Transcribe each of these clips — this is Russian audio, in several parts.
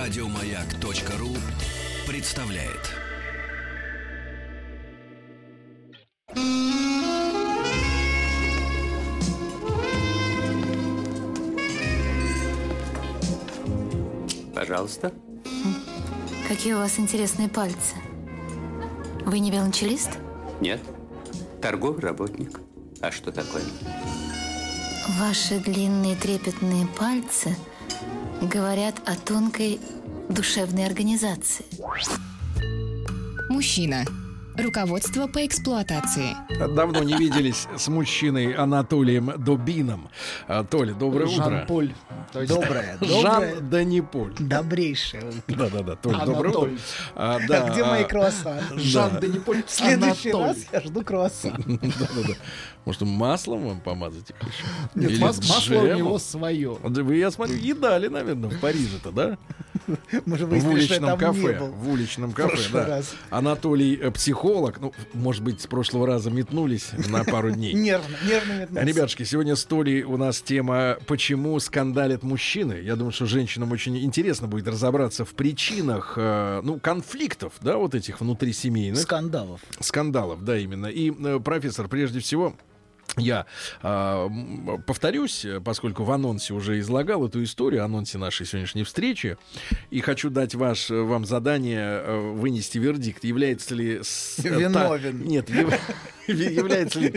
Радиомаяк.ру представляет. Пожалуйста. Какие у вас интересные пальцы. Вы не велончелист? Нет. Торговый работник. А что такое? Ваши длинные трепетные пальцы говорят о тонкой душевной организации. Мужчина. Руководство по эксплуатации. Давно не виделись с мужчиной Анатолием Добином. Толя, доброе утро. Жан-Поль. Доброе. Жан Даниполь. Добрейшее. Да, Толя, доброе утро. А где мои круассаны? Жан Даниполь. В следующий раз я жду круассан. Да. Может, маслом вам помазать их еще? Нет, Или масло у джемом? него свое. Вы, я смотрю, едали, наверное, в Париже-то, да? Может, В выяснили, что я уличном там не кафе. был. В уличном кафе, прошлый да. раз. Анатолий психолог. Ну, может быть, с прошлого раза метнулись на пару дней. Нервно метнулся. Ребятушки, сегодня с Толей у нас тема «Почему скандалят мужчины?». Я думаю, что женщинам очень интересно будет разобраться в причинах, конфликтов, да, вот этих внутрисемейных. Скандалов, да, именно. И, профессор, прежде всего, я повторюсь, поскольку в анонсе уже излагал эту историю, анонсе нашей сегодняшней встречи, и хочу дать вам задание вынести вердикт, является ли... Виновен. Является ли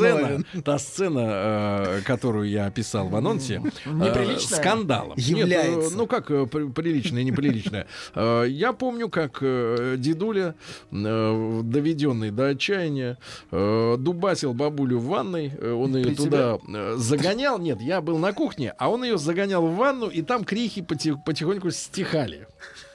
та сцена, которую я описал в анонсе, скандалом? Является. Нет, как приличная и неприличная. Я помню, как дедуля, доведенный до отчаяния, дубасил бабулю в ванной, он ее туда загонял. Нет, я был на кухне, а он ее загонял в ванну, и там крики потихоньку стихали.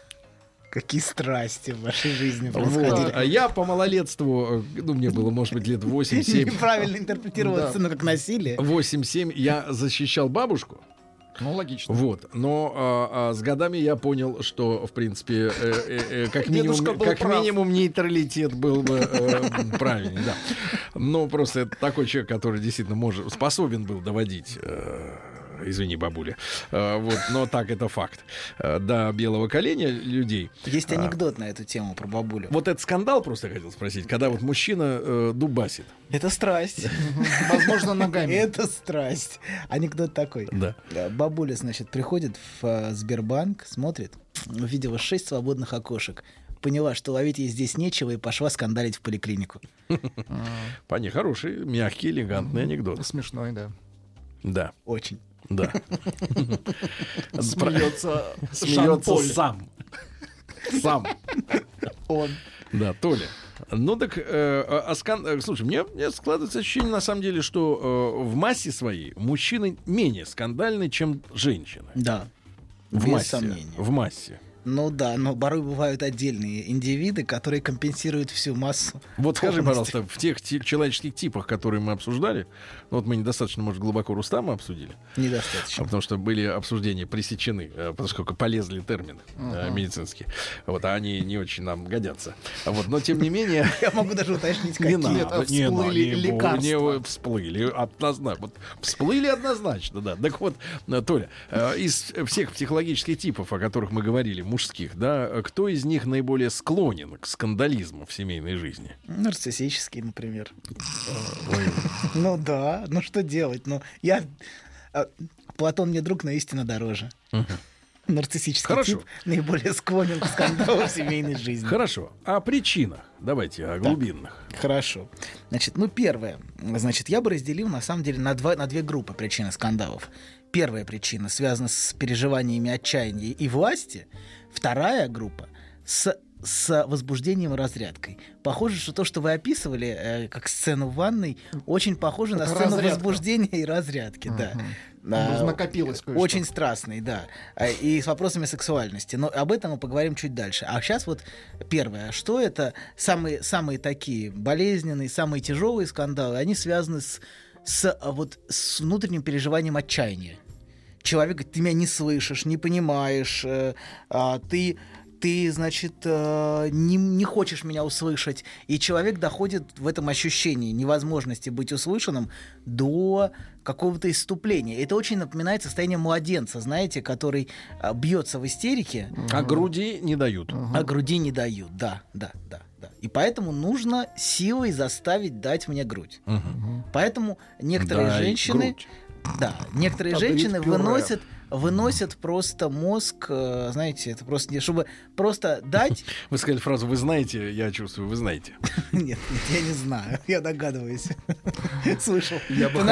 Какие страсти в вашей жизни происходили. Вот. А я по малолетству, мне было, может быть, лет 8-7. Неправильно интерпретировать сцену как насилие. 8-7 я защищал бабушку. Ну, логично. Вот. Но с годами я понял, что, в принципе, как минимум нейтралитет был бы правильный. Да. Но просто это такой человек, который действительно способен был доводить... Извини, бабуля. Но так это факт. До белого коленя людей. Есть анекдот на эту тему про бабулю. Вот этот скандал, просто я хотел спросить, когда вот мужчина дубасит. Это страсть. Возможно, ногами. Это страсть. Анекдот такой. Да. Бабуля, приходит в Сбербанк, смотрит, увидела 6 свободных окошек. Поняла, что ловить ей здесь нечего, и пошла скандалить в поликлинику. Пани, хороший, мягкий, элегантный анекдот. Смешной, да. Да. Очень. Да. Смеется сам. Он. Да, Толя. Слушай, мне складывается ощущение, на самом деле, что в массе своей мужчины менее скандальны, чем женщины. Да. Без сомнения. В массе. Ну да, но порой бывают отдельные индивиды, которые компенсируют всю массу. Вот скажи, пожалуйста, в тех человеческих типах, которые мы обсуждали, мы недостаточно, может, глубоко Рустама обсудили. Недостаточно. Потому что были обсуждения пресечены, поскольку полезли термины медицинские. А они не очень нам годятся. Но тем не менее... Я могу даже уточнить, какие. Всплыли лекарства. Всплыли однозначно, да. Так вот, Толя, из всех психологических типов, о которых мы говорили, мужских, да, кто из них наиболее склонен к скандализму в семейной жизни? Нарциссический, например. Ну да, что делать? Платон мне друг, но истина дороже. Нарциссический тип наиболее склонен к скандалу в семейной жизни. Хорошо. О причинах. Давайте о глубинных. Хорошо. Первое. Я бы разделил, на самом деле, на две группы причины скандалов. Первая причина связана с переживаниями отчаяния и власти. Вторая группа с возбуждением и разрядкой. Похоже, что то, что вы описывали, как сцену в ванной, очень похоже на сцену возбуждения и разрядки. Да. Накопилось кое-что. Очень страстный, да. И с вопросами сексуальности. Но об этом мы поговорим чуть дальше. А сейчас первое. Что это? Самые такие болезненные, самые тяжелые скандалы, они связаны с внутренним переживанием отчаяния. Человек говорит, ты меня не слышишь, не понимаешь, ты ты, значит, не хочешь меня услышать, и человек доходит в этом ощущении невозможности быть услышанным до какого-то исступления. Это очень напоминает состояние младенца, знаете, который бьется в истерике. А груди не дают. А груди не дают, да. И поэтому нужно силой заставить дать мне грудь. Поэтому некоторые женщины... грудь. Да, некоторые женщины выносят просто мозг, знаете, это просто не, чтобы просто дать... Вы сказали фразу «вы знаете», я чувствую, вы знаете. Нет, я не знаю, я догадываюсь. Слышал. Я бы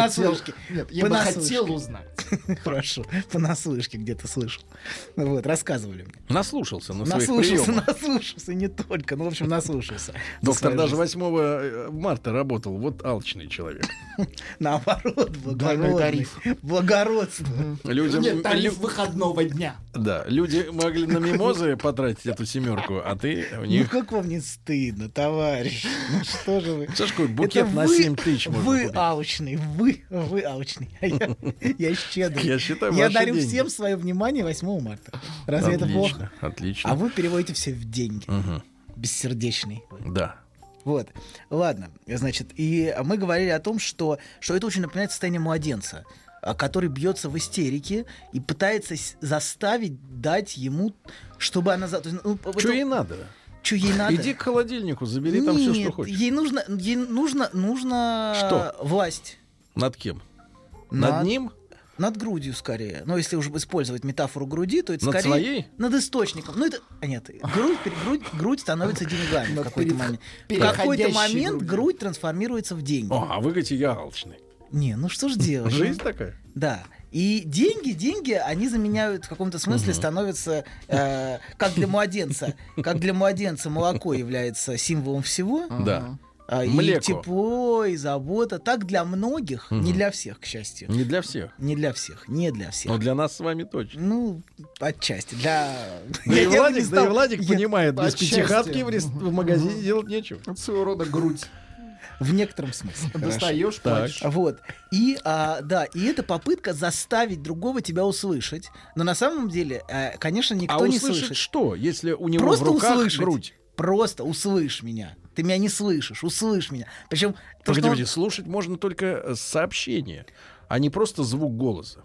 хотел узнать. Хорошо, понаслышке где-то слышал. Вот, рассказывали мне. Наслушался на своих приемах. Наслушался, не только, в общем, наслушался. Доктор даже 8 марта работал, вот алчный человек. Наоборот, благородный. Благородство. Нет, тариф выходного дня. Да, люди могли на мимозы потратить эту 7, а ты у них... Ну как вам не стыдно, товарищ? Ну что же вы? Сашка, букет на 7 тысяч можно Вы купить. алчный, вы алчный. А я щедрый. Я считаю, я ваши дарю деньги. всем свое внимание 8 марта. Разве это плохо? Отлично. А вы переводите все в деньги. Мгм. Бессердечный. Да. Вот. Ладно, значит, и мы говорили о том, что это очень напоминает состояние младенца, который бьется в истерике и пытается заставить дать ему, чтобы она... Что ей надо? Что ей надо? Иди к холодильнику, забери там все, что хочешь. Ей нужно Что? власть. Над кем? Над ним? Над грудью скорее. Но если уже использовать метафору груди, то это Над скорее своей? над источником. Ну это нет, грудь становится деньгами в какой-то момент. В переходящей какой-то момент грудью. грудь трансформируется в деньги. О, а вы говорите, я алчный. Не, ну что ж делать? Жизнь такая. Да. И деньги, они заменяют в каком-то смысле, становятся, как для младенца молоко является символом всего. Да. И Млеко. тепло, и забота. Так для многих, не для всех, к счастью. Не для всех. Не для всех. Но для нас с вами точно. Ну, отчасти. Для... Да и Я бы не Владик, стал- понимает, без Отчасти. пятихатки в магазине делать нечего. Это своего рода грудь. В некотором смысле. Достаешь, Так. плачешь. Вот. И это попытка заставить другого тебя услышать. Но на самом деле, конечно, никто А не услышать слышит. что, если у него Просто в руках услышать. грудь? Просто услышь меня. Ты меня не слышишь, услышь меня. Причем Погодите, слушать можно только сообщение, а не просто звук голоса.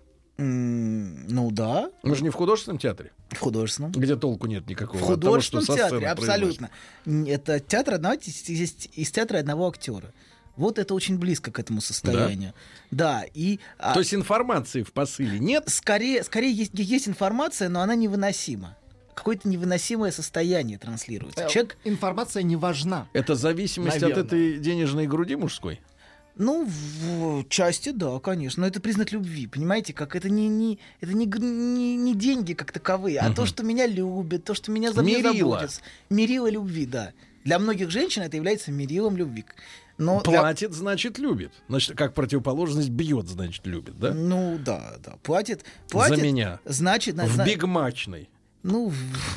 ну да, Мы же не в художественном театре, в художественном. где толку нет никакого. В от того, что художественном со сцены театре, абсолютно. Это театр из театра одного актера. Вот это очень близко к этому состоянию. Да, и... То есть информации в посыле нет? Скорее есть информация, но она невыносима. Какое-то невыносимое состояние транслируется. Человек, Информация не важна. Это зависимость Наверное. от этой денежной груди мужской? ну, в части, да, конечно. Но это признак любви, понимаете, как это не деньги как таковые, а то, что меня любят, то, что меня заботятся. Мерило любви, да. Для многих женщин это является мерилом любви. Но платит, значит, любит. Значит, как противоположность бьет, значит, любит, да? Ну, да. Платит. За меня. Значит, в бигмачной. Ну,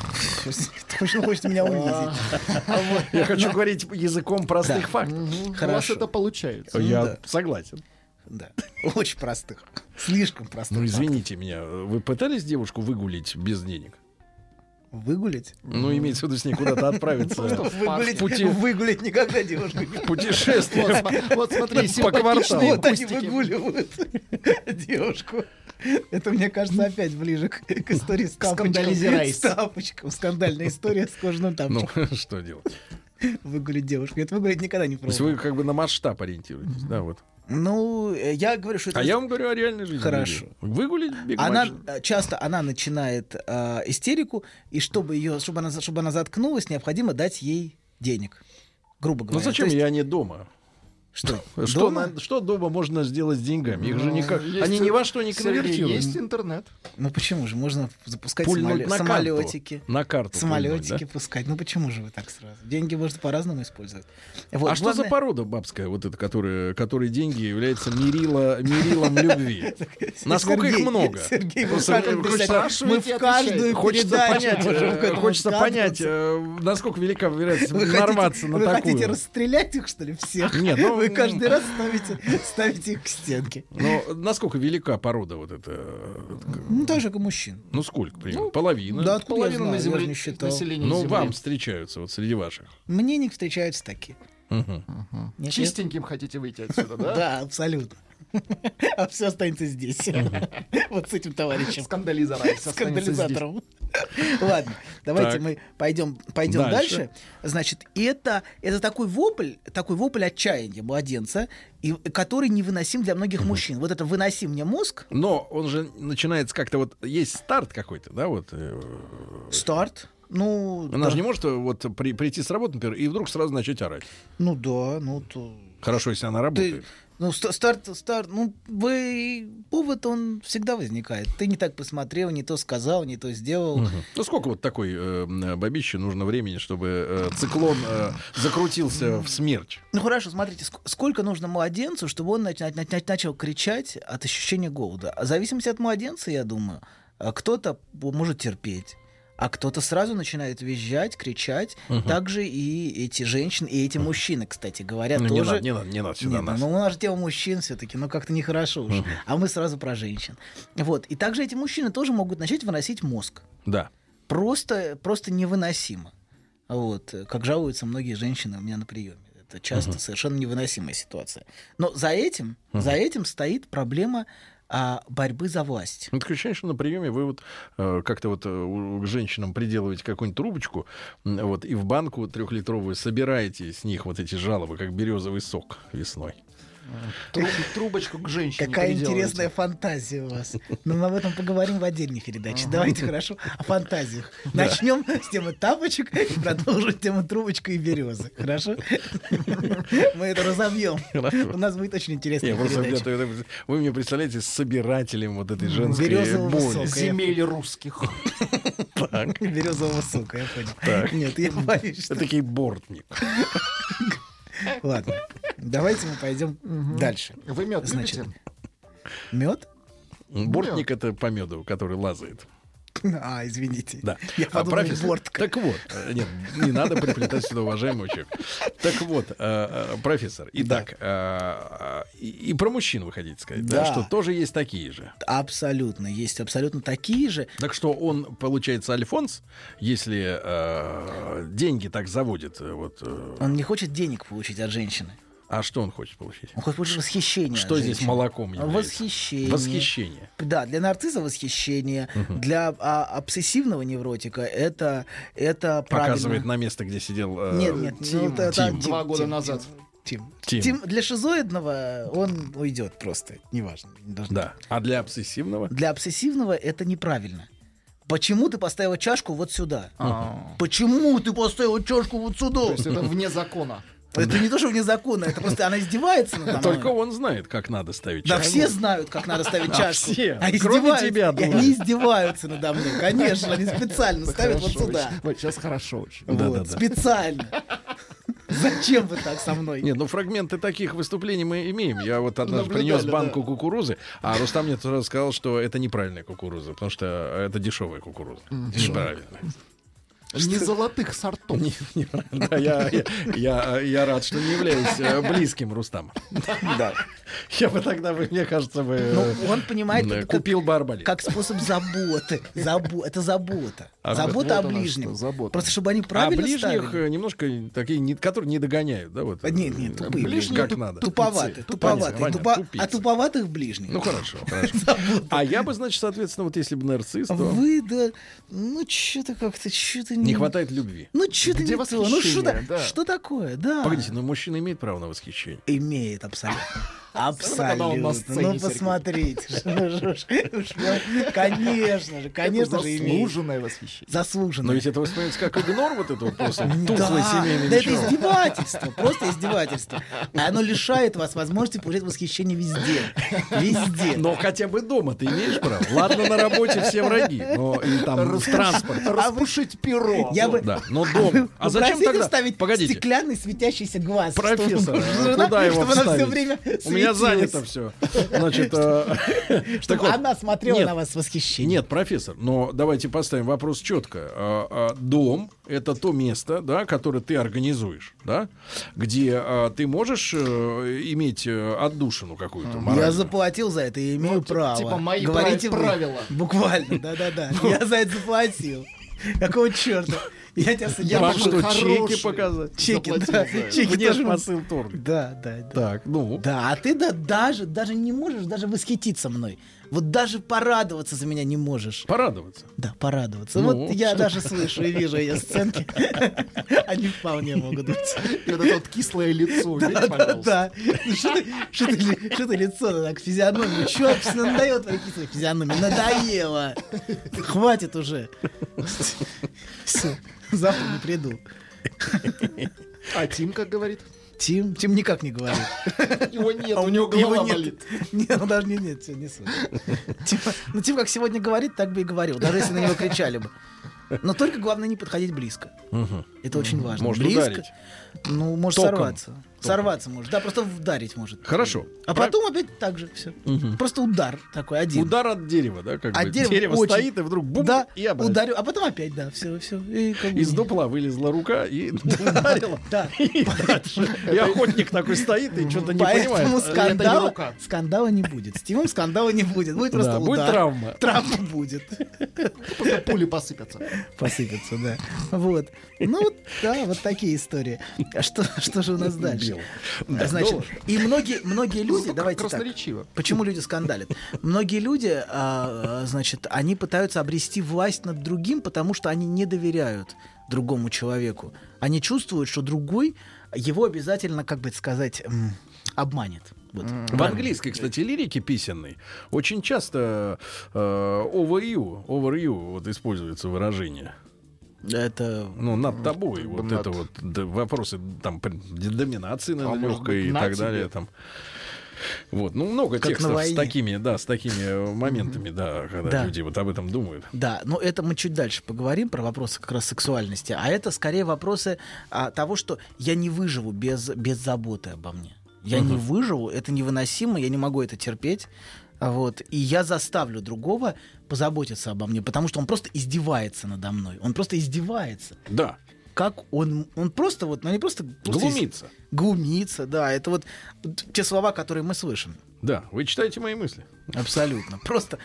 хочет меня унизить. Я хочу говорить языком простых фактов. У вас это получается. Я согласен. Да, очень простых. Слишком простых. Ну, извините меня, вы пытались девушку выгулить без денег? Выгулить? Ну, имеется в виду с ней куда-то отправиться. Выгулить никогда девушку не путешествие. Вот смотри, по кварталу. Вот они выгуливают девушку. Это, мне кажется, опять ближе к истории с тапочком. Скандальная история с кожаным тапочком. Ну, что делать? Выгулить девушку. Это выгулить никогда не То есть пробовал. вы как бы на масштаб ориентируетесь, да, вот. Ну, я говорю, что это... А я вам говорю о реальной жизни. Хорошо. Выгулить бигмачную. Часто она начинает истерику, и чтобы она заткнулась, необходимо дать ей денег. Грубо говоря. Ну зачем я не дома? Что? Что дома можно сделать с деньгами? Их же никак... Они ни во что не конвертируют. Есть интернет. Ну почему же? Можно запускать Пульнуть на самолетики. На карту. Самолетики пульнуть, да? пускать. Ну почему же вы так сразу? Деньги можно по-разному использовать. Вот, что за порода бабская, вот эта, которой деньги являются мерилом любви? Насколько их много? Сергей, мы спрашиваете, в каждую Хочется понять, насколько велика вероятность нарваться на Вы хотите такую. расстрелять их, что ли, всех? Нет, ну Вы каждый раз ставите их к стенке. Но насколько велика порода вот эта? Ну, так же, как и мужчин. Ну, сколько примерно? Половина? Да, откуда я Половина знаю, на я же земле не считал. населения Ну, Земли. вам встречаются вот среди ваших. Мне не встречаются такие. Нет, Чистеньким хотите выйти отсюда, да? Да, абсолютно. А все останется здесь. Вот с этим товарищем. Скандализатором. Ладно, давайте Так. мы пойдем дальше. Значит, это такой вопль отчаяния младенца, который невыносим для многих мужчин. Вот это «выноси мне мозг». Но он же начинается как-то вот... Есть старт какой-то, да, вот... Старт. Ну, Она да. же не может вот прийти с работы, например, и вдруг сразу начать орать. Ну да, ну то... Хорошо, если она работает. Ну, старт, ну, повод, он всегда возникает. Ты не так посмотрел, не то сказал, не то сделал. Ну, сколько вот такой бабище нужно времени, чтобы циклон закрутился в смерч? Ну, хорошо, смотрите, сколько нужно младенцу, чтобы он начал кричать от ощущения голода? В зависимости от младенца, я думаю, кто-то может терпеть, а кто-то сразу начинает визжать, кричать. Также и эти женщины, и эти мужчины, кстати говоря, Ну, тоже... не надо сюда нас. Ну, у нас же тема мужчин все-таки, ну, как-то нехорошо уже. А мы сразу про женщин. Вот. И также эти мужчины тоже могут начать выносить мозг. Да. Просто невыносимо. Вот. Как жалуются многие женщины у меня на приеме. Это часто совершенно невыносимая ситуация. Но за этим стоит проблема борьбы за власть. Ну, такое ощущение, что на приеме вы вот как-то вот к женщинам приделываете какую-нибудь трубочку, вот, и в банку 3-литровую собираете с них вот эти жалобы, как березовый сок весной. Трубочку к женщине. Какая приделываете. интересная фантазия у вас. Но мы об этом поговорим в отдельной передаче. Давайте, хорошо, о фантазиях. Начнем с темы тапочек и продолжим тему трубочка и березы. Хорошо? Мы это разобьем. У нас будет очень интересная передача. Вы мне представляете с собирателем вот этой женской Березового боли. сока. Земель русских. Березового сока, я понял. Так. Нет, я боюсь, что... Этакий бортник. Ладно, давайте мы пойдем дальше. Вы мед Значит, любите? мед? Бортник — это по меду, который лазает. Извините. Да. Я подумал, профессор, бортка. так вот, нет, не надо приплетать сюда уважаемого человека. Так вот, профессор, итак, и про мужчин вы хотите сказать, да, Да. что тоже есть такие же. Абсолютно. Есть абсолютно такие же. Так что он, получается, альфонс, если деньги так заводит. Он не хочет денег получить от женщины. А что он хочет получить? Он хочет получить восхищение. Что от здесь женщины. молоком является? Восхищение. Восхищение. Да, для нарцисса восхищение. Для обсессивного невротика это правильно. Показывает на место, где сидел Нет, Тим. это Тим. 2 года назад. Тим. Тим. Для шизоидного он уйдет просто. Неважно. Не должно Да. А для обсессивного? Для обсессивного это неправильно. Почему ты поставила чашку вот сюда? Почему ты поставила чашку вот сюда? То есть это вне закона. Это не то, что вне закона, это просто она издевается надо мной. Только он знает, как надо ставить Да чашку. все знают, как надо ставить чашку. все. Они Кроме издеваются. тебя, И дура. они издеваются надо мной. Конечно, они специально ставят вот сюда. Вот сейчас хорошо очень. Вот, Да-да-да. специально. Зачем вы так со мной? Нет, ну фрагменты таких выступлений мы имеем. Я вот однажды Наблюдали, принес банку кукурузы, а Рустам мне сразу сказал, что это неправильная кукуруза, потому что это дешевая кукуруза. Неправильная. Не золотых сортов. Да, я рад, что не являюсь близким Рустама. Да. Я бы тогда, мне кажется, Ну, он понимает, это купил бы арбалет. как способ заботы. Это забота. А Забота о вот она ближнем. что, забота. Просто чтобы они А правильно ближних ставили. немножко такие, которые не догоняют, да? Вот. Нет, тупые Ближние как ближние. надо. Туповатые. Понятно, тупицы. А туповатых ближних. Ну хорошо. А я бы, значит, соответственно, вот если бы нарцисс, то Вы, да, ну, что-то как-то, что-то не хватает любви. Ну, что-то Где не то. Ну, восхищение, да. что такое, да. Погодите, но мужчина имеет право на восхищение. Имеет абсолютно. когда он на Абсолютно. сцене, Ну, Сергей. посмотрите. Конечно же, конечно же, имеет. Заслуженное восхищение. Но Заслуженно. ведь это воспринимается как игнор, вот это вот просто тухлый Да, семейный да это вечер. издевательство, просто издевательство. А оно лишает вас возможности получать восхищение везде. Везде. Но хотя бы дома ты имеешь право. Ладно, на работе все враги, но и там в транспорте. Распушить перо. Я бы... Да, но дома. А зачем Попросите тогда? вставить Погодите. стеклянный светящийся глаз. Профессор, чтобы куда его она все вставить? время У меня меня занято все. Значит, чтобы она смотрела на вас с восхищением. Нет, профессор, но давайте поставим вопрос четко. Дом — это то место, да, которое ты организуешь, да, где ты можешь иметь отдушину какую-то моральную. Я заплатил за это и имею право. Типа мои Говорите вы. правила. Буквально, да-да-да. Я за это заплатил. Какого черта? Я тебя Вам содержу. что, хороший. чеки показать? Чеки, Заплатил да. за это. Чеки тоже Внешпосыл торга. Да. Так, ну. Да, а ты даже не можешь даже восхититься мной. Вот даже порадоваться за меня не можешь. Порадоваться. Да, порадоваться. Ну, вот я даже слышу и вижу ее сценки. Они вполне могут быть. И вот это вот кислое лицо. видите, пожалуйста. Да. Ну что ты лицо так, физиономию? Чё надоело твоей кислой физиономии? Надоело. Хватит уже. Все, завтра не приду. А Тим как говорит? Тим никак не говорит. Его нет, А у него голова нет. болит. Нет, он даже нет, все, не суть. Тим как сегодня говорит, так бы и говорил, даже если на него кричали бы. Но только главное не подходить близко. Это очень важно. Может близко, ударить. ну, может Током. сорваться. Сорваться может. Да, просто вдарить может. Хорошо. А потом опять так же все. Просто удар такой один. Удар от дерева, да, как А бы. дерево Дерево очень- стоит, и вдруг бум, Да, и обратно. ударю, а потом опять, да, все. И как бы Из не- дупла вылезла рука и ударила. Да. И дальше. И охотник такой стоит и что-то не Поэтому понимает. скандала не будет. С Тимом скандала не будет. Будет просто Да, будет удар. травма. Травма будет. Просто пули посыпятся. Посыпется, да. Вот. Ну, да, вот такие истории. А что же у нас дальше? Значит, доллар. и многие люди, Ну, давайте так. красноречиво. Почему люди скандалят? Многие люди, значит, они пытаются обрести власть над другим, потому что они не доверяют другому человеку. Они чувствуют, что другой его обязательно, как бы это сказать, обманет. Вот. В английской, кстати, лирике песенной очень часто over you вот используется выражение. Это Ну, над тобой. как бы Вот над- это вот вопросы там доминации может легкой быть, и на так тебе. далее. Там. Вот, ну, много Как на текстов войне. с такими моментами, да, когда Да. люди вот об этом думают. Да, но это мы чуть дальше поговорим про вопросы как раз сексуальности. А это скорее вопросы того, что я не выживу без заботы обо мне. Я не выживу, это невыносимо, я не могу это терпеть. Вот, и я заставлю другого позаботиться обо мне, потому что он просто издевается надо мной. Он просто издевается. Да, Как он просто вот, ну не просто... глумиться. Глумится, да. Это вот те слова, которые мы слышим. Да, вы читаете мои мысли. Абсолютно.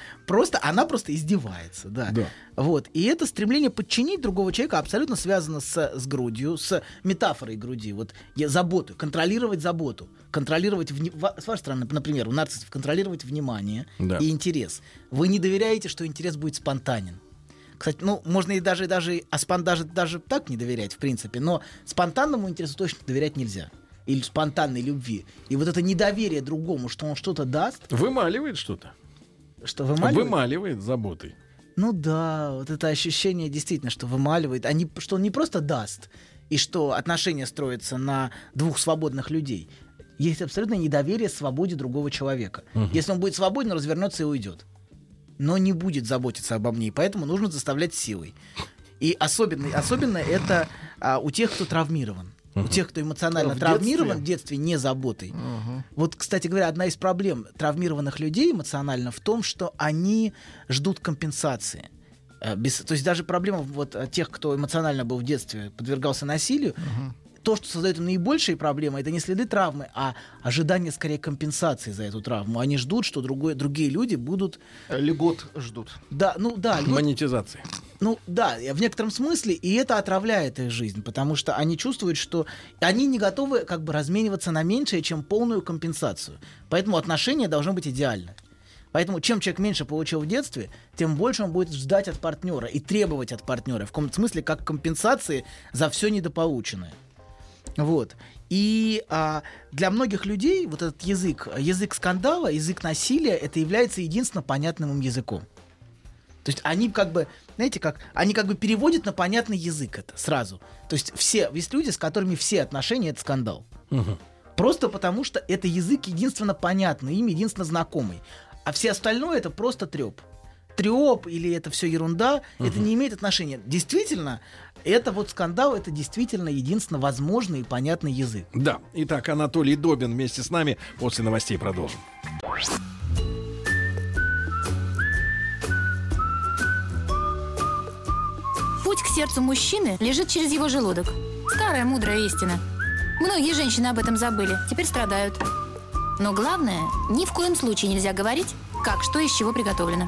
Она просто издевается, да. Да. Вот. И это стремление подчинить другого человека абсолютно связано с грудью, с метафорой груди. Вот заботу, контролировать заботу, контролировать, с вашей стороны, например, у нарциссов контролировать внимание Да. и интерес. Вы не доверяете, что интерес будет спонтанен. Кстати, ну, можно и даже так не доверять, в принципе, но спонтанному интересу точно доверять нельзя. Или спонтанной любви. И вот это недоверие другому, что он что-то даст, Вымаливает что-то. что вымаливает. Вымаливает заботой. Ну да, вот это ощущение действительно, что вымаливает, что он не просто даст, и что отношения строятся на двух свободных людей. Есть абсолютное недоверие свободе другого человека. Если он будет свободен, он развернется и уйдет. Но не будет заботиться обо мне, и поэтому нужно заставлять силой. И особенно это у тех, кто травмирован. У тех, кто эмоционально В травмирован детстве? в детстве, не заботой. Вот, кстати говоря, одна из проблем травмированных людей эмоционально в том, что они ждут компенсации. То есть даже проблема вот тех, кто эмоционально был в детстве, подвергался насилию, то, что создает им наибольшие проблемы, это не следы травмы, а ожидание скорее компенсации за эту травму. Они ждут, что другие люди будут... Льгот ждут. Да, Монетизации. ну да, в некотором смысле, и это отравляет их жизнь, потому что они чувствуют, что они не готовы как бы размениваться на меньшее, чем полную компенсацию. Поэтому отношения должны быть идеальны. Поэтому чем человек меньше получил в детстве, тем больше он будет ждать от партнера и требовать от партнера, в каком-то смысле как компенсации за все недополученное. Вот. И для многих людей вот этот язык скандала, язык насилия, это является единственно понятным им языком. То есть они как бы, знаете, они как бы переводят на понятный язык это сразу. То есть есть люди, с которыми все отношения — это скандал. Просто потому, что это язык единственно понятный, им единственно знакомый. А все остальное — это просто трёп. Трёп или это все ерунда, это не имеет отношения. Действительно, Это вот скандал, это действительно единственно возможный и понятный язык. Да. Итак, Анатолий Добин вместе с нами. После новостей продолжим. Путь к сердцу мужчины лежит через его желудок. Старая мудрая истина. Многие женщины об этом забыли, теперь страдают. Но главное, ни в коем случае нельзя говорить, как что из чего приготовлено.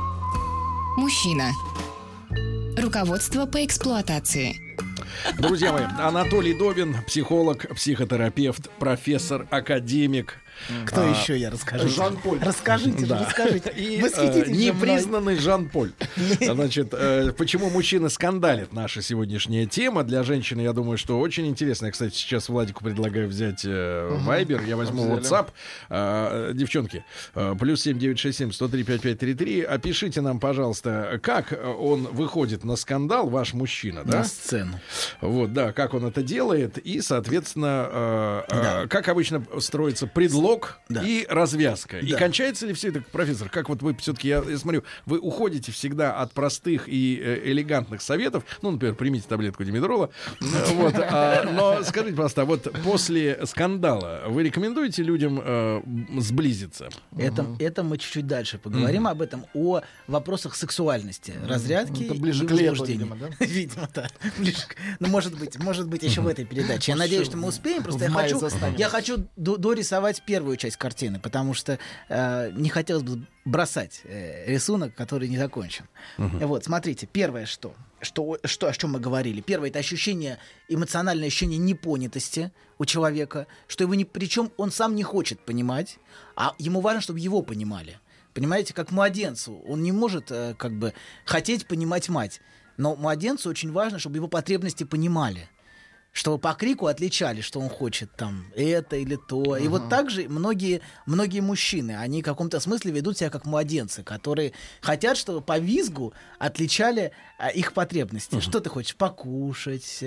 Мужчина. Руководство по эксплуатации. Друзья мои, Анатолий Добин, психолог, психотерапевт, профессор, академик. Кто еще я расскажу? Жан-Поль. Расскажите, Да. расскажите. И Восхититесь же мной. непризнанный Жан-Поль. Значит, почему мужчины скандалят? Наша сегодняшняя тема. Для женщины, я думаю, что очень интересно. Я, кстати, сейчас Владику предлагаю взять Viber. Я возьму WhatsApp. Девчонки, плюс 7967 103 5533. Опишите нам, пожалуйста, как он выходит на скандал, ваш мужчина, да? На сцену. Вот, да, как он это делает. И, соответственно, как обычно строится предлог и развязка. И кончается ли все это, профессор, как вот вы все-таки, я смотрю, вы уходите всегда от простых и элегантных советов. Ну, например, примите таблетку димедрола. Вот, но скажите, пожалуйста, вот после скандала вы рекомендуете людям сблизиться? Это мы чуть-чуть дальше поговорим об этом, о вопросах сексуальности, разрядки Это ближе и к лету, возбуждения. видимо, да? Видимо, да. Ну, может быть, еще в этой передаче. Я надеюсь, что мы успеем. Просто я хочу дорисовать первую часть картины, потому что не хотелось бы бросать рисунок, который не закончен. Вот, смотрите, первое о чем мы говорили. Первое — это ощущение, эмоциональное ощущение непонятости у человека, что его причем он сам не хочет понимать, а ему важно, чтобы его понимали. Понимаете, как младенцу. Он не может хотеть понимать мать. Но младенцу очень важно, чтобы его потребности понимали. Чтобы по крику отличали, что он хочет там это или то. И вот так же многие мужчины, они в каком-то смысле ведут себя как младенцы, которые хотят, чтобы по визгу отличали их потребности. Что ты хочешь? Покушать,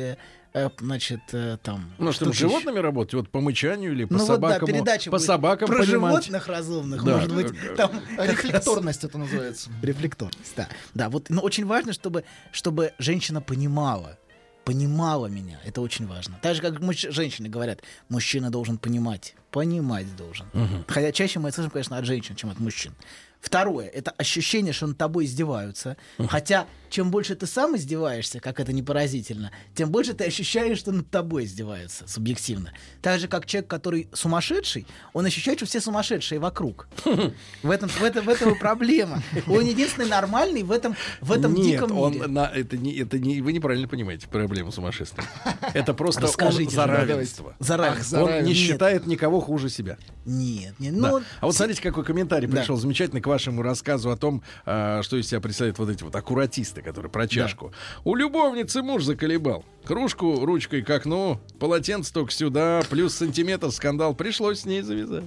там... Ну, чтобы с животными работать, вот по мычанию или по Ну собакам. вот да, передача по будет собакам про понимать. животных разумных, Да. может быть, там... Рефлекторность это называется. Рефлекторность, да. Да, вот, но очень важно, чтобы женщина понимала меня. Это очень важно. Так же, как женщины говорят, мужчина должен понимать. Понимать должен. Хотя чаще мы это слышим, конечно, от женщин, чем от мужчин. Второе — это ощущение, что над тобой издеваются. Хотя, чем больше ты сам издеваешься, как это не поразительно, тем больше ты ощущаешь, что над тобой издеваются субъективно. Так же, как человек, который сумасшедший, он ощущает, что все сумасшедшие вокруг. В этом и проблема. Он единственный нормальный в этом диком мире. Вы неправильно понимаете проблему сумасшествия. Это просто Расскажите, за равенство. За равенство. Он не считает никого хуже себя. Нет. Да. А вот смотрите, какой комментарий пришел замечательный к вашему рассказу о том, что из себя представляют вот эти вот аккуратисты, которые про чашку. У любовницы муж заколебал. Кружку ручкой к окну, полотенце только сюда, плюс сантиметр, скандал. Пришлось с ней завязать.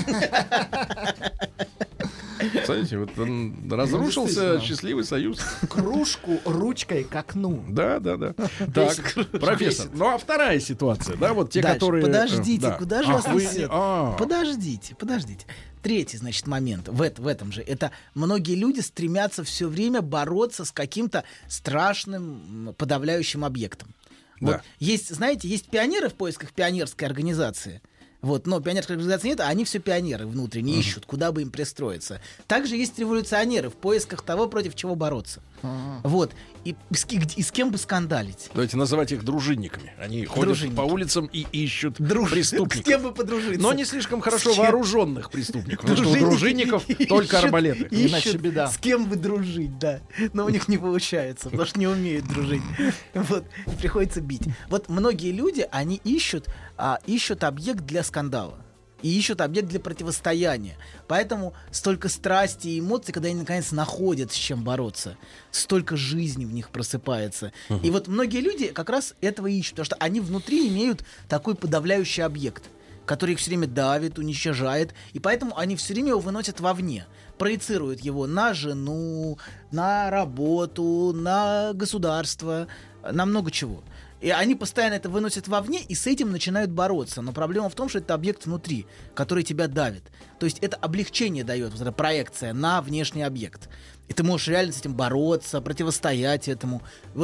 Смотрите, вот он разрушился счастливый союз. Кружку ручкой к окну. Да. Так, профессор. Ну а вторая ситуация, да, вот те, дальше. которые... Подождите, куда же вас вы... несет? Подождите. Третий, значит, момент в этом же. Это многие люди стремятся все время бороться с каким-то страшным подавляющим объектом. Да. Вот есть пионеры в поисках пионерской организации. Вот, но пионерской организации нет, а они все пионеры внутренне ищут, куда бы им пристроиться. Также есть революционеры в поисках того, против чего бороться. Вот. И с кем бы скандалить? Давайте называть их дружинниками. Они ходят по улицам и ищут преступников. С кем бы подружиться? Но не слишком хорошо вооруженных преступников. Потому что у дружинников только арбалеты. Иначе беда. С кем бы дружить, да. Но у них не получается, потому что не умеют дружить. Вот. Приходится бить. Вот многие люди, они ищут объект для скандала. И ищут объект для противостояния. Поэтому столько страсти и эмоций, когда они наконец находят с чем бороться. Столько жизни в них просыпается. И вот многие люди как раз этого ищут, потому что они внутри имеют такой подавляющий объект, который их все время давит, уничтожает. И поэтому они все время его выносят вовне. Проецируют его на жену, на работу, на государство, на много чего. И они постоянно это выносят вовне и с этим начинают бороться. Но проблема в том, что это объект внутри, который тебя давит. То есть это облегчение дает, вот эта проекция на внешний объект. И ты можешь реально с этим бороться, противостоять этому. Вот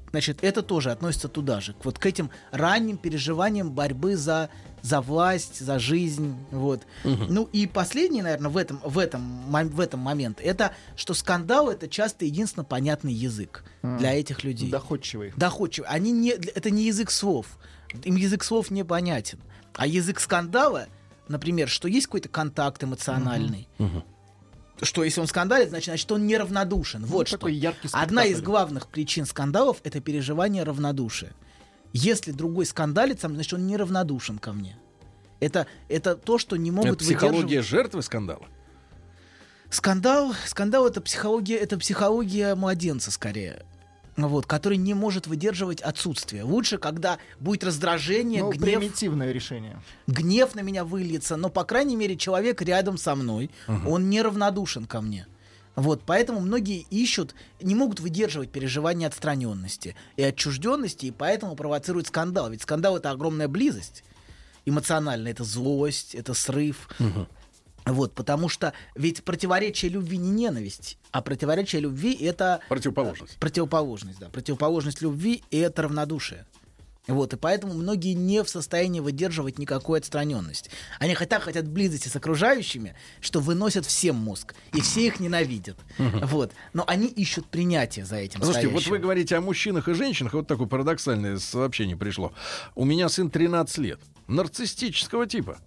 значит, это тоже относится туда же, вот к этим ранним переживаниям борьбы за власть, за жизнь, вот. Ну и последний, наверное, в этом момент, это что скандал — это часто единственно понятный язык для этих людей. Доходчивый. Это не язык слов. Им язык слов не понятен. А язык скандала, например, что есть какой-то контакт эмоциональный, что если он скандалит, значит он неравнодушен. Вот что. Одна из главных причин скандалов — это переживание равнодушия. Если другой скандалит, значит он неравнодушен ко мне. Это то, что не могут выдерживать. Это психология жертвы скандала? Скандал это психология младенца скорее. Вот, который не может выдерживать отсутствие. Лучше, когда будет раздражение, гнев. Примитивное решение. Гнев на меня выльется, но, по крайней мере, человек рядом со мной, он неравнодушен ко мне. Вот, поэтому многие не могут выдерживать переживания отстраненности и отчужденности, и поэтому провоцируют скандал. Ведь скандал — это огромная близость эмоциональная, это злость, это срыв. Вот, потому что ведь противоречие любви не ненависть, а противоречие любви — это... Противоположность. Противоположность, да. Противоположность любви — это равнодушие. Вот, и поэтому многие не в состоянии выдерживать никакую отстраненность. Они хотят близости с окружающими, что выносят всем мозг, и все их ненавидят. Вот. Но они ищут принятие за этим. Слушайте, вот вы говорите о мужчинах и женщинах, вот такое парадоксальное сообщение пришло. У меня сын 13 лет, нарциссического типа.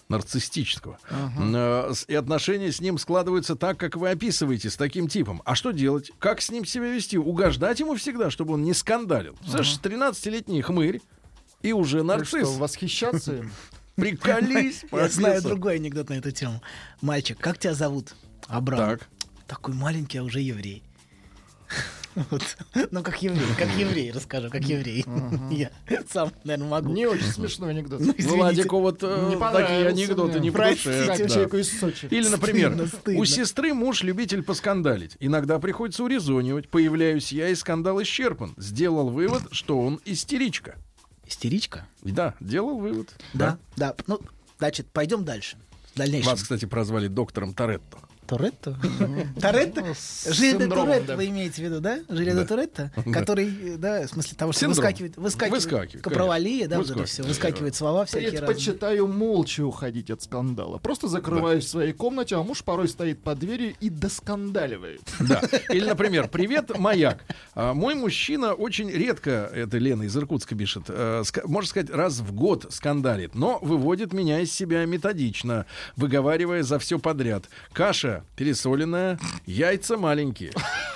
И отношения с ним складываются так, как вы описываете, с таким типом. А что делать? Как с ним себя вести? Угождать ему всегда, чтобы он не скандалил? Слышишь, 13-летний хмырь и уже нарцисс. Что, восхищаться им? Приколись. Я знаю другой анекдот на эту тему. Мальчик, как тебя зовут? Абрам. Такой маленький, а уже еврей. Вот. Ну, как еврей, расскажу, как еврей. Я сам, наверное, могу. Не очень смешной анекдот. Владику вот такие анекдоты не по душе. Как человеку из Сочи. Или, например, у сестры муж любитель поскандалить. Иногда приходится урезонивать. Появляюсь я, и скандал исчерпан. Сделал вывод, что он истеричка. Истеричка? Да, делал вывод. Да. Ну, значит, пойдем дальше. Вас, кстати, прозвали доктором Торетто. Торетто? Торетто? Жиль де Торетто вы имеете в виду, да? Жиль де Торетто? Который, да, в смысле того, что выскакивает капровалия, да, вот это все, выскакивают слова всякие разные. Предпочитаю молча уходить от скандала. Просто закрываюсь в своей комнате, а муж порой стоит под дверью и доскандаливает. Да. Или, например, привет, маяк. Мой мужчина очень редко, это Лена из Иркутска пишет, можно сказать, раз в год скандалит, но выводит меня из себя методично, выговаривая за все подряд. Каша пересоленная, яйца маленькие.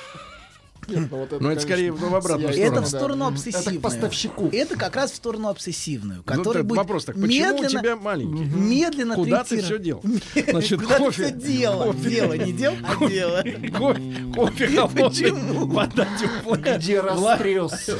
Но это скорее в обратную сторону. Это в сторону обсессивную. Это к поставщику. Это как раз в сторону обсессивную, который будет вопрос так, почему у тебя маленький? Медленно куда ты все дел? Значит, куда ты все дело? Дело, не дел, а дело. Кофе холодный, вода теплая. Где расстрелся?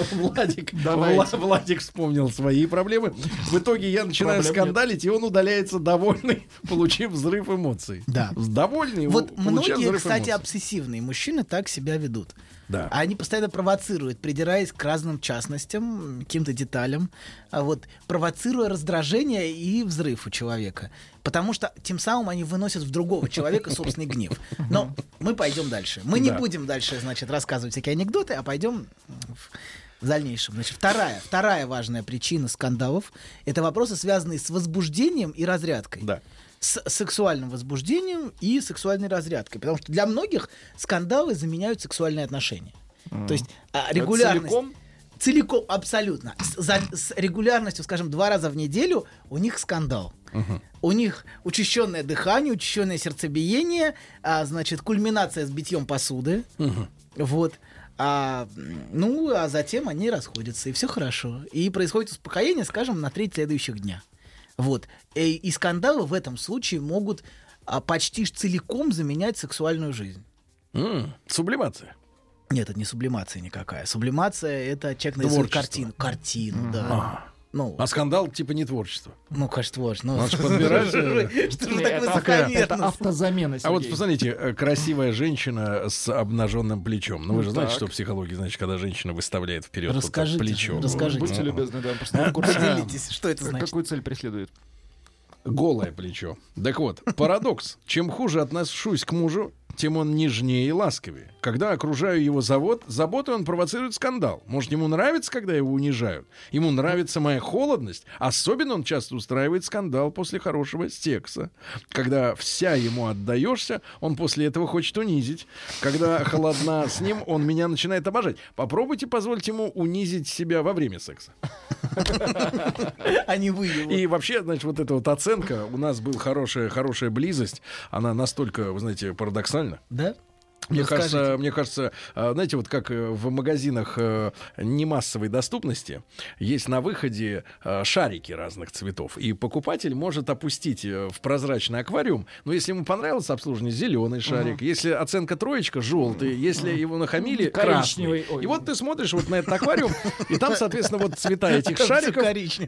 Владик вспомнил свои проблемы. В итоге я начинаю скандалить, и он удаляется довольный, получив взрыв эмоций. Да. Довольный, вот многие, кстати, обсессивные мужчины так себя ведут. Да. Они постоянно провоцируют, придираясь к разным частностям, каким-то деталям, провоцируя раздражение и взрыв у человека. Потому что тем самым они выносят в другого человека собственный гнев. Но мы пойдем дальше. Мы не будем дальше, значит, рассказывать всякие анекдоты, а пойдем в дальнейшем. Значит, вторая важная причина скандалов — это вопросы, связанные с возбуждением и разрядкой. Да. С сексуальным возбуждением и сексуальной разрядкой. Потому что для многих скандалы заменяют сексуальные отношения. То есть регулярность... Целиком, абсолютно. С регулярностью, скажем, 2 раза в неделю у них скандал. У них учащенное дыхание, учащенное сердцебиение, значит, кульминация с битьем посуды. Вот. А затем они расходятся, и все хорошо. И происходит успокоение, скажем, на 3 следующих дня. Вот. И скандалы в этом случае могут почти целиком заменять сексуальную жизнь. Сублимация. Нет, это не сублимация никакая. Сублимация — это человек нарисует картину, да. А скандал типа не творчество. Ну, конечно, творчество. Надо же подбирать. Что же так высокомерно? Это автозамена, Сергей. А вот посмотрите, красивая женщина с обнаженным плечом. Ну, вы же знаете, что в психологии, значит, когда женщина выставляет вперед плечо. Расскажите. Будьте любезны, да, просто поделитесь, что это значит. Какую цель преследует? Голое плечо. Так вот, парадокс. Чем хуже отношусь к мужу, тем он нежнее и ласковее. Когда окружаю его заботой, он провоцирует скандал. Может, ему нравится, когда его унижают? Ему нравится моя холодность. Особенно он часто устраивает скандал после хорошего секса. Когда вся ему отдаешься, он после этого хочет унизить. Когда холодна с ним, он меня начинает обожать. Попробуйте позволить ему унизить себя во время секса. А не вы его. И вообще, значит, вот эта вот оценка, у нас была хорошая близость, она настолько, вы знаете, парадоксальна. Да? Мне кажется, знаете, вот как в магазинах немассовой доступности есть на выходе шарики разных цветов, и покупатель может опустить в прозрачный аквариум, но если ему понравилось обслуживание, зеленый шарик, если оценка 3, желтый, если его нахамили, красный. И вот ты смотришь вот на этот аквариум, и там, соответственно, вот цвета этих шариков,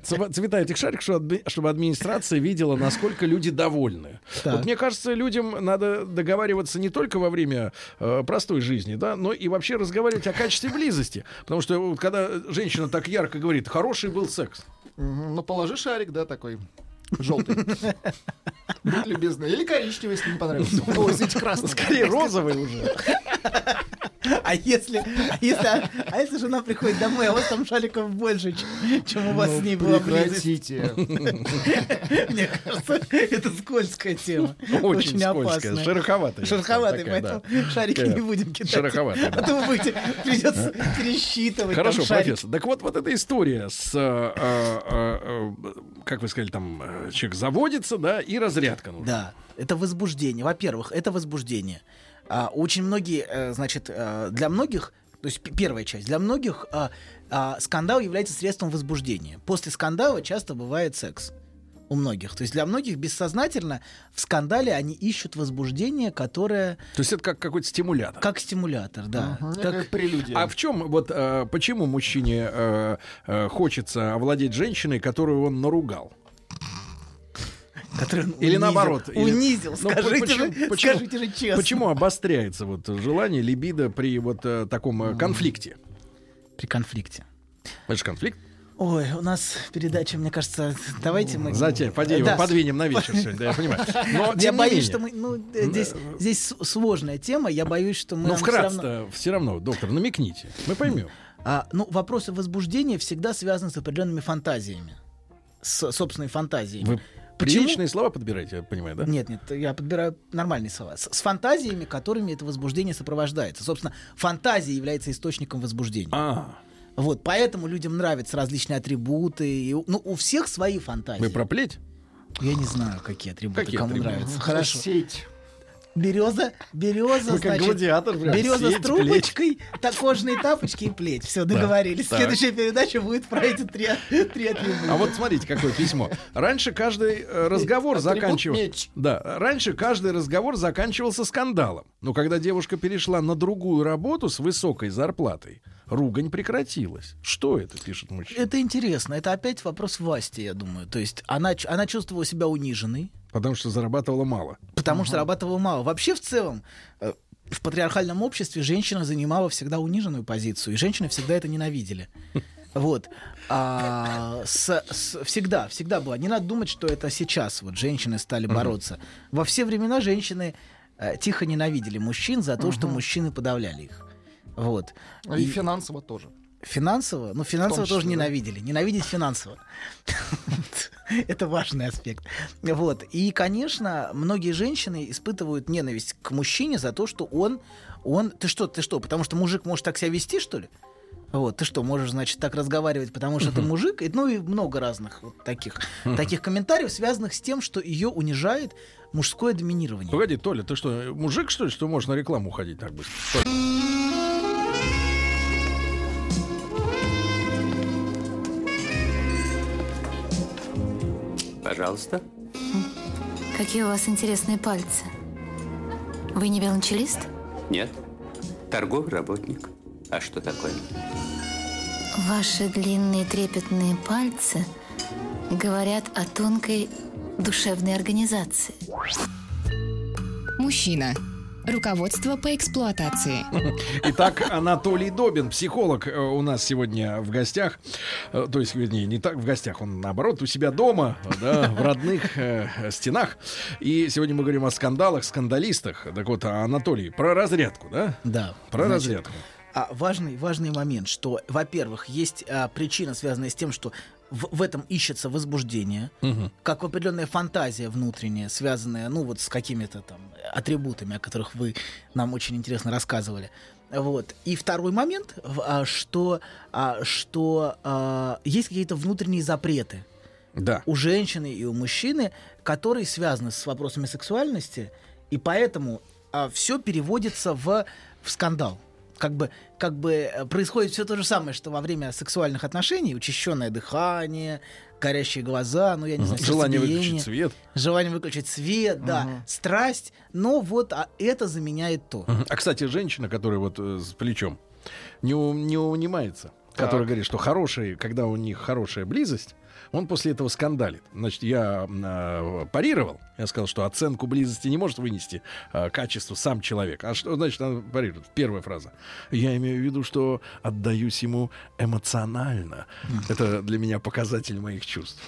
чтобы администрация видела, насколько люди довольны. Вот мне кажется, людям надо договариваться не только во время простой жизни, да, но и вообще разговаривать о качестве близости. Потому что вот, когда женщина так ярко говорит, хороший был секс. Ну, положи шарик, да, такой желтый. Будь любезна. Или коричневый, если не понравился. Ой, извините, красный. Скорее розовый уже. А если жена приходит домой, а у вас там шариков больше, чем у вас с ней была близость? Прекратите. Мне кажется, это скользкая тема. Очень опасная. Шероховатая. Шероховатая, поэтому шарики не будем кидать. Шероховатая, а то вы придется пересчитывать. Хорошо, профессор. Так вот эта история с, как вы сказали, там человек заводится, да, и разрядка нужна. Да, это возбуждение. Во-первых, это возбуждение. Очень многие, значит, для многих, то есть первая часть, для многих скандал является средством возбуждения. После скандала часто бывает секс у многих. То есть для многих бессознательно в скандале они ищут возбуждение, которое... То есть это как какой-то стимулятор. Как стимулятор, да. Как прелюдия. А в чем, почему мужчине хочется овладеть женщиной, которую он наругал? Или наоборот. Унизил, скажите же честно. Почему обостряется желание, либидо при таком конфликте? При конфликте. Это же конфликт. Ой, у нас передача, мне кажется, давайте мы... Подвинем на вечер сегодня, да, я понимаю. Но, я боюсь, что мы... здесь сложная тема, я боюсь, что мы... Ну, вкратце все равно, доктор, намекните, мы поймем. Вопросы возбуждения всегда связаны с определенными фантазиями. С собственной фантазией. Вы приличные слова подбираете, я понимаю, да? Нет, я подбираю нормальные слова. С фантазиями, которыми это возбуждение сопровождается. Собственно, фантазия является источником возбуждения. Вот, поэтому людям нравятся различные атрибуты. У всех свои фантазии. Вы про плеть? Я не знаю, какие атрибуты кому нравятся. Хорошо. Сеть. Береза, как гладиатор, береза с трубочкой, кожаные тапочки и плеть. Все, договорились. Следующая передача будет про эти три атрибута. А вот смотрите, какое письмо. Раньше каждый разговор заканчивался скандалом. Но когда девушка перешла на другую работу с высокой зарплатой, ругань прекратилась. Что это, пишет мужчина? Это интересно. Это опять вопрос власти, я думаю. То есть она чувствовала себя униженной. Потому что зарабатывала мало. Вообще, в целом, в патриархальном обществе женщина занимала всегда униженную позицию, и женщины всегда это ненавидели. Вот. Всегда было. Не надо думать, что это сейчас женщины стали бороться. Во все времена женщины тихо ненавидели мужчин за то, что мужчины подавляли их. Вот. И финансово тоже. Финансово? Финансово тоже ненавидели. Ненавидеть финансово. Это важный аспект. Вот. И, конечно, многие женщины испытывают ненависть к мужчине за то, что он... Ты что? Потому что мужик может так себя вести, что ли? Вот. Ты что, можешь, значит, так разговаривать, потому что ты мужик? И много разных таких комментариев, связанных с тем, что ее унижает мужское доминирование. Погоди, Толя, ты что, мужик, что ли, что можешь на рекламу ходить так быстро? Пожалуйста. Какие у вас интересные пальцы. Вы не велончелист? Нет. Торговый работник. А что такое? Ваши длинные трепетные пальцы говорят о тонкой душевной организации. Мужчина. Руководство по эксплуатации. Итак, Анатолий Добин, психолог, у нас сегодня в гостях. То есть, вернее, не так в гостях, он наоборот у себя дома, да, в родных стенах. И сегодня мы говорим о скандалах, скандалистах. Так вот, Анатолий, про разрядку, да? Да. Про разрядку. Важный момент, что, во-первых, есть причина, связанная с тем, что в этом ищется возбуждение, как определенная фантазия внутренняя, связанная, с какими-то там атрибутами, о которых вы нам очень интересно рассказывали. Вот. И второй момент, что есть какие-то внутренние запреты у женщины и у мужчины, которые связаны с вопросами сексуальности, и поэтому все переводится в скандал. Как бы происходит все то же самое, что во время сексуальных отношений: учащенное дыхание, горящие глаза, я не знаю, желание выключить свет. Желание выключить свет, да, страсть, но это заменяет то. Кстати, женщина, которая с плечом, не унимается, которая говорит, что когда у них хорошая близость, он после этого скандалит. Значит, я парировал. Я сказал, что оценку близости не может вынести качество сам человек. А что значит она парирует? Первая фраза. Я имею в виду, что отдаюсь ему эмоционально. Это для меня показатель моих чувств.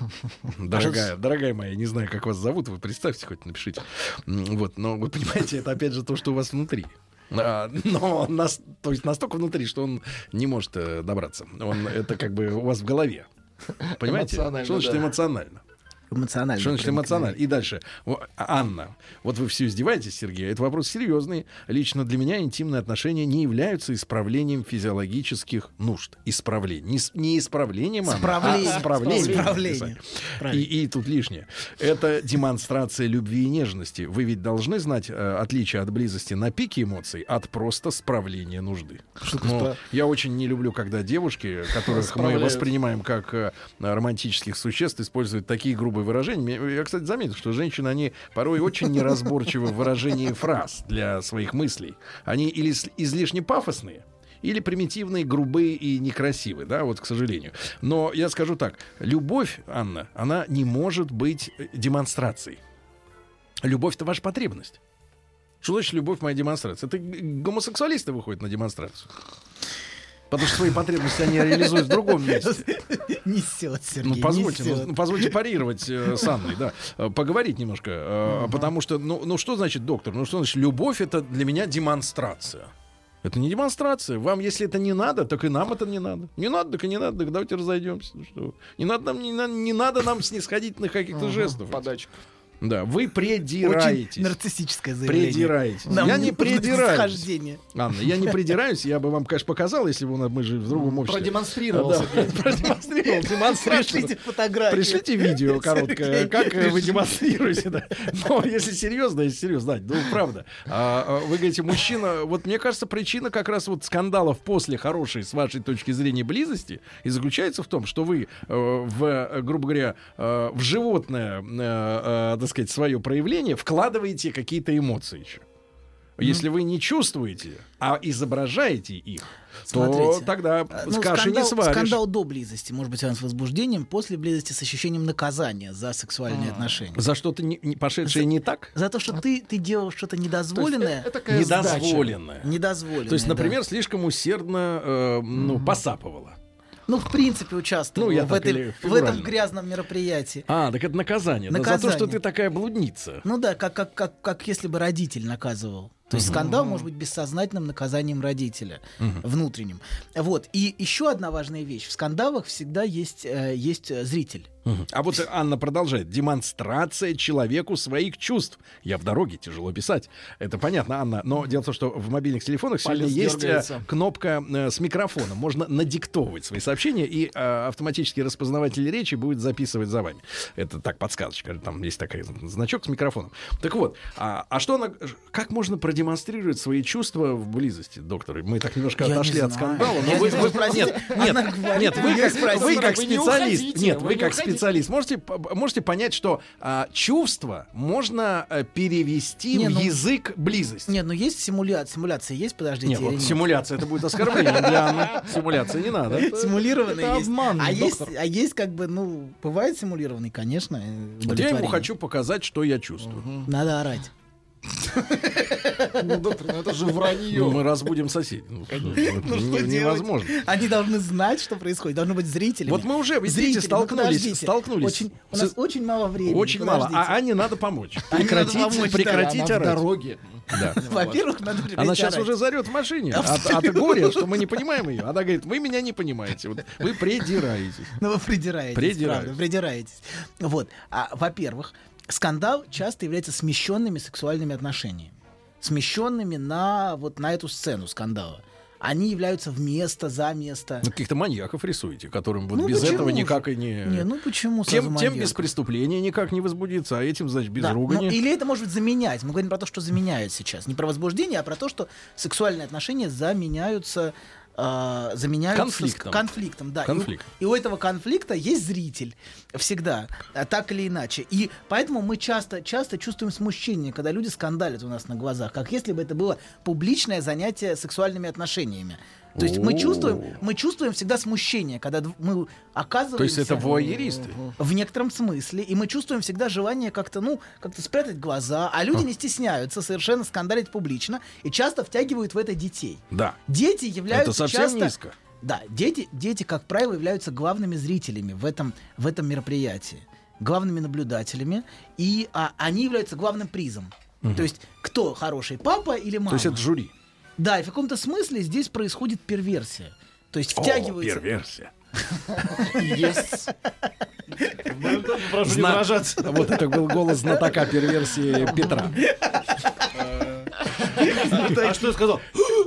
Дорогая моя, не знаю, как вас зовут, вы представьте, хоть напишите. Но вы понимаете, это опять же то, что у вас внутри. То есть настолько внутри, что он не может добраться. Это как бы у вас в голове. Понимаете? Что значит эмоционально? Эмоционально. Что значит эмоционально? И дальше. Анна, вы все издеваетесь, Сергей. Это вопрос серьезный. Лично для меня интимные отношения не являются исправлением физиологических нужд. Исправление. Не исправлением, а исправлением. И тут лишнее. Это демонстрация любви и нежности. Вы ведь должны знать отличие от близости на пике эмоций от просто справления нужды. Я очень не люблю, когда девушки, которых мы воспринимаем как романтических существ, используют такие грубые выражения. Я, кстати, заметил, что женщины, они порой очень неразборчивы в выражении фраз для своих мыслей. Они или излишне пафосные, или примитивные, грубые и некрасивые, к сожалению. Но я скажу так, любовь, Анна, она не может быть демонстрацией. Любовь — это ваша потребность. Что значит любовь — моя демонстрация? Это гомосексуалисты выходят на демонстрацию. Потому что свои потребности они реализуют в другом месте. Несет, Сергей, позвольте парировать с Анной, поговорить немножко. Потому что, что значит, доктор? Что значит любовь — это для меня демонстрация. Это не демонстрация. Вам, если это не надо, так и нам это не надо. Не надо, так и не надо, так давайте разойдемся. Не надо нам снисходительных каких-то жестов. Подачек. Да, вы придираетесь. Очень нарциссическое заявление. Придираетесь. Я не придираюсь. Анна, я не придираюсь. Я бы вам, конечно, показал, если бы мы жили в другом обществе. Продемонстрировал. Пришлите фотографию. Пришлите видео короткое, как вы демонстрируете. Но если серьезно, правда. Вы говорите, мужчина, мне кажется, причина как раз скандалов после хорошей, с вашей точки зрения, близости и заключается в том, что вы, грубо говоря, в животное, так сказать, свое проявление вкладываете какие-то эмоции еще. Если вы не чувствуете, а изображаете их, то тогда каши не сваришь. Скандал до близости может быть связан с возбуждением, после близости с ощущением наказания за сексуальные отношения. За что-то пошедшее не так? За то, что ты делал что-то недозволенное. Недозволенное. То есть, например, слишком усердно посапывала. В принципе, участвовал в этом грязном мероприятии. Так это наказание. За то, что ты такая блудница. Как если бы родитель наказывал. То есть скандал может быть бессознательным наказанием родителя, внутренним. И еще одна важная вещь. В скандалах всегда есть зритель. А Анна продолжает. Демонстрация человеку своих чувств. Я в дороге, тяжело писать. Это понятно, Анна. Но дело в том, что в мобильных телефонах сегодня есть кнопка с микрофоном. Можно надиктовывать свои сообщения, и автоматический распознаватель речи будет записывать за вами. Это так, подсказочка. Там есть такой значок с микрофоном. Так вот, как можно продемонстрировать свои чувства в близости, доктор? Мы так немножко отошли от скандала. Нет, вы как специалист. Нет, вы как специалист можете понять, что чувства можно перевести в язык близости. Нет, есть симуляция есть, подождите. Нет, симуляция это будет оскорбление для Анны. Симуляция не надо. Симулированный есть. Обман, есть бывает симулированный, конечно. Я ему хочу показать, что я чувствую. Надо орать. Ну, доктор, это же вранье. Ну, мы разбудим соседей. Невозможно. Они должны знать, что происходит. Должны быть зрители. Вот мы уже, видите, столкнулись. У нас очень мало времени. Очень мало. А Ане надо помочь. Прекратите Прекратите орать. В дороге. Да. Во-первых, надо прекратить Она сейчас орать. уже зарет в машине от горя, что мы не понимаем ее. Она говорит, вы меня не понимаете. Вот вы придираетесь. Ну, вы придираетесь, правда, придираетесь. Вот. Во-первых, скандал часто является смещенными сексуальными отношениями. Смещенными на эту сцену скандала. Они являются вместо, за место. Ну, каких-то маньяков рисуете, которым вот без этого никак и не... Не, ну почему тем без преступления никак не возбудится, а этим, значит, без ругани. Или это может заменять. Мы говорим про то, что заменяют сейчас. Не про возбуждение, а про то, что сексуальные отношения заменяются конфликтом. Да. И у этого конфликта есть зритель всегда, так или иначе. И поэтому мы часто чувствуем смущение, когда люди скандалят у нас на глазах, как если бы это было публичное занятие сексуальными отношениями. То есть мы чувствуем всегда смущение, когда мы оказываемся... То есть это вуайеристы? В некотором смысле. И мы чувствуем всегда желание как-то спрятать глаза, а люди не стесняются совершенно скандалить публично и часто втягивают в это детей. Да. Дети являются это совсем часто... низко. Да, дети, как правило, являются главными зрителями в этом мероприятии, главными наблюдателями, и они являются главным призом. То есть кто хороший, папа или мама? То есть это жюри. Да, и в каком-то смысле здесь происходит перверсия. То есть втягивается... перверсия. Есть. Прошу не выражаться. Вот это был голос знатока перверсии Петра. А что я сказал?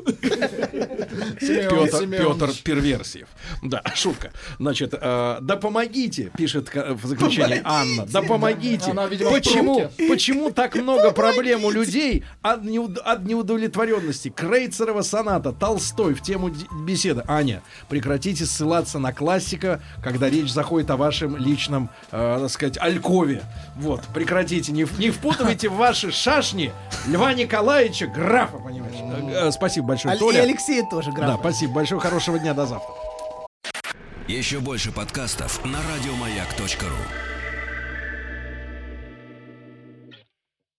Петр Перверсиев. Да, шутка. Значит, да помогите, пишет в заключении Анна. Да помогите. Почему так много проблем у людей от неудовлетворенности? Крейцерова соната, Толстой в тему беседы. Аня, прекратите ссылаться на классика, когда речь заходит о вашем личном, так сказать, алькове. Вот, прекратите. Не впутывайте в ваши шашни Льва Николаевича графа, понимаешь? Спасибо большое, Толя. И Алексея тоже графа. Да, спасибо большое. Хорошего дня, до завтра. Еще больше подкастов на радиомаяк.ру.